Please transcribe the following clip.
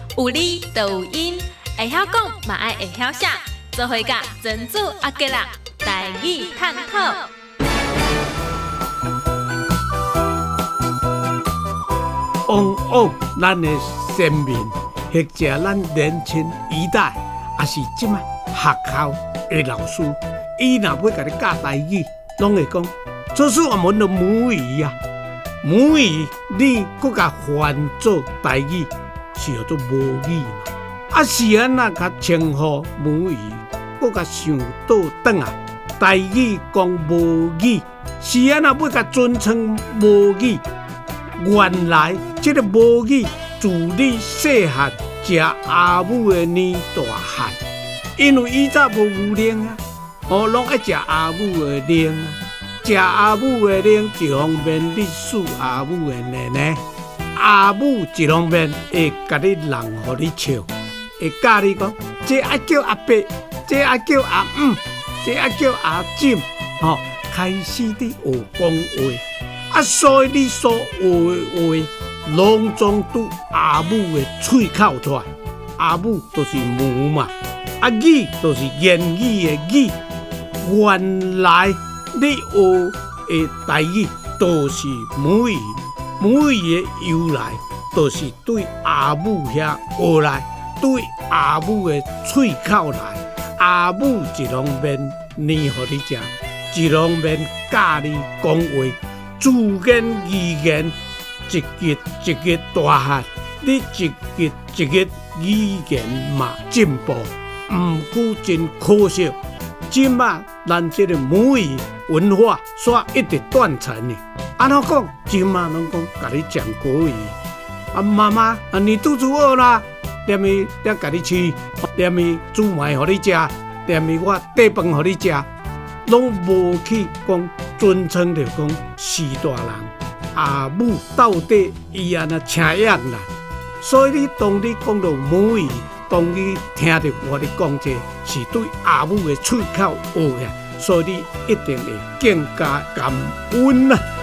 有理就有因，会晓讲嘛爱会晓写，做伙甲珍珠阿吉啦，台语探讨。 往往咱的先民，或者咱年轻一代，也是即卖学校的老师，伊若要甲你教台语，拢会讲，这是我们的母语啊。母语你搁甲翻做台语，是叫做母语嘛。啊是安那甲称呼母语，搁甲想倒转啊，台语讲母语，是安那要甲尊称母语。原来这个母语自你细汉食阿母的年大汉，因为以早无牛奶啊，拢爱食阿母的奶啊。食阿母的奶，一方面你输阿母的奶奶，阿母一方面会甲你人互你笑，会教你讲，这爱叫阿伯，这爱叫阿姆，这爱叫阿婶，开始你学讲话，啊，所以你所学的话，拢总拄阿母的喙口出来，阿母就是母嘛，啊语就是言语的语，原来。你学的台语都是母语，母语的由来都是对阿母遐学来，对阿母的喙口来。阿母一方面念互你食，一方面教你讲话，自言语言一日一日大汉，你一日一日语言嘛进步，毋过真可惜。即马咱这个母语文化煞一直断层呢。安怎讲？即马拢讲甲你讲国语。啊，妈妈，你肚子饿啦？踮咪踮甲你饲，踮咪煮糜互你食，踮咪我缀饭互你食，拢无去讲尊称着讲是大人。阿母到底伊安那请养啦？所以当你讲到母语。当你听到我咧讲这，是对阿母的喙口学的，所以你一定会更加感恩啊！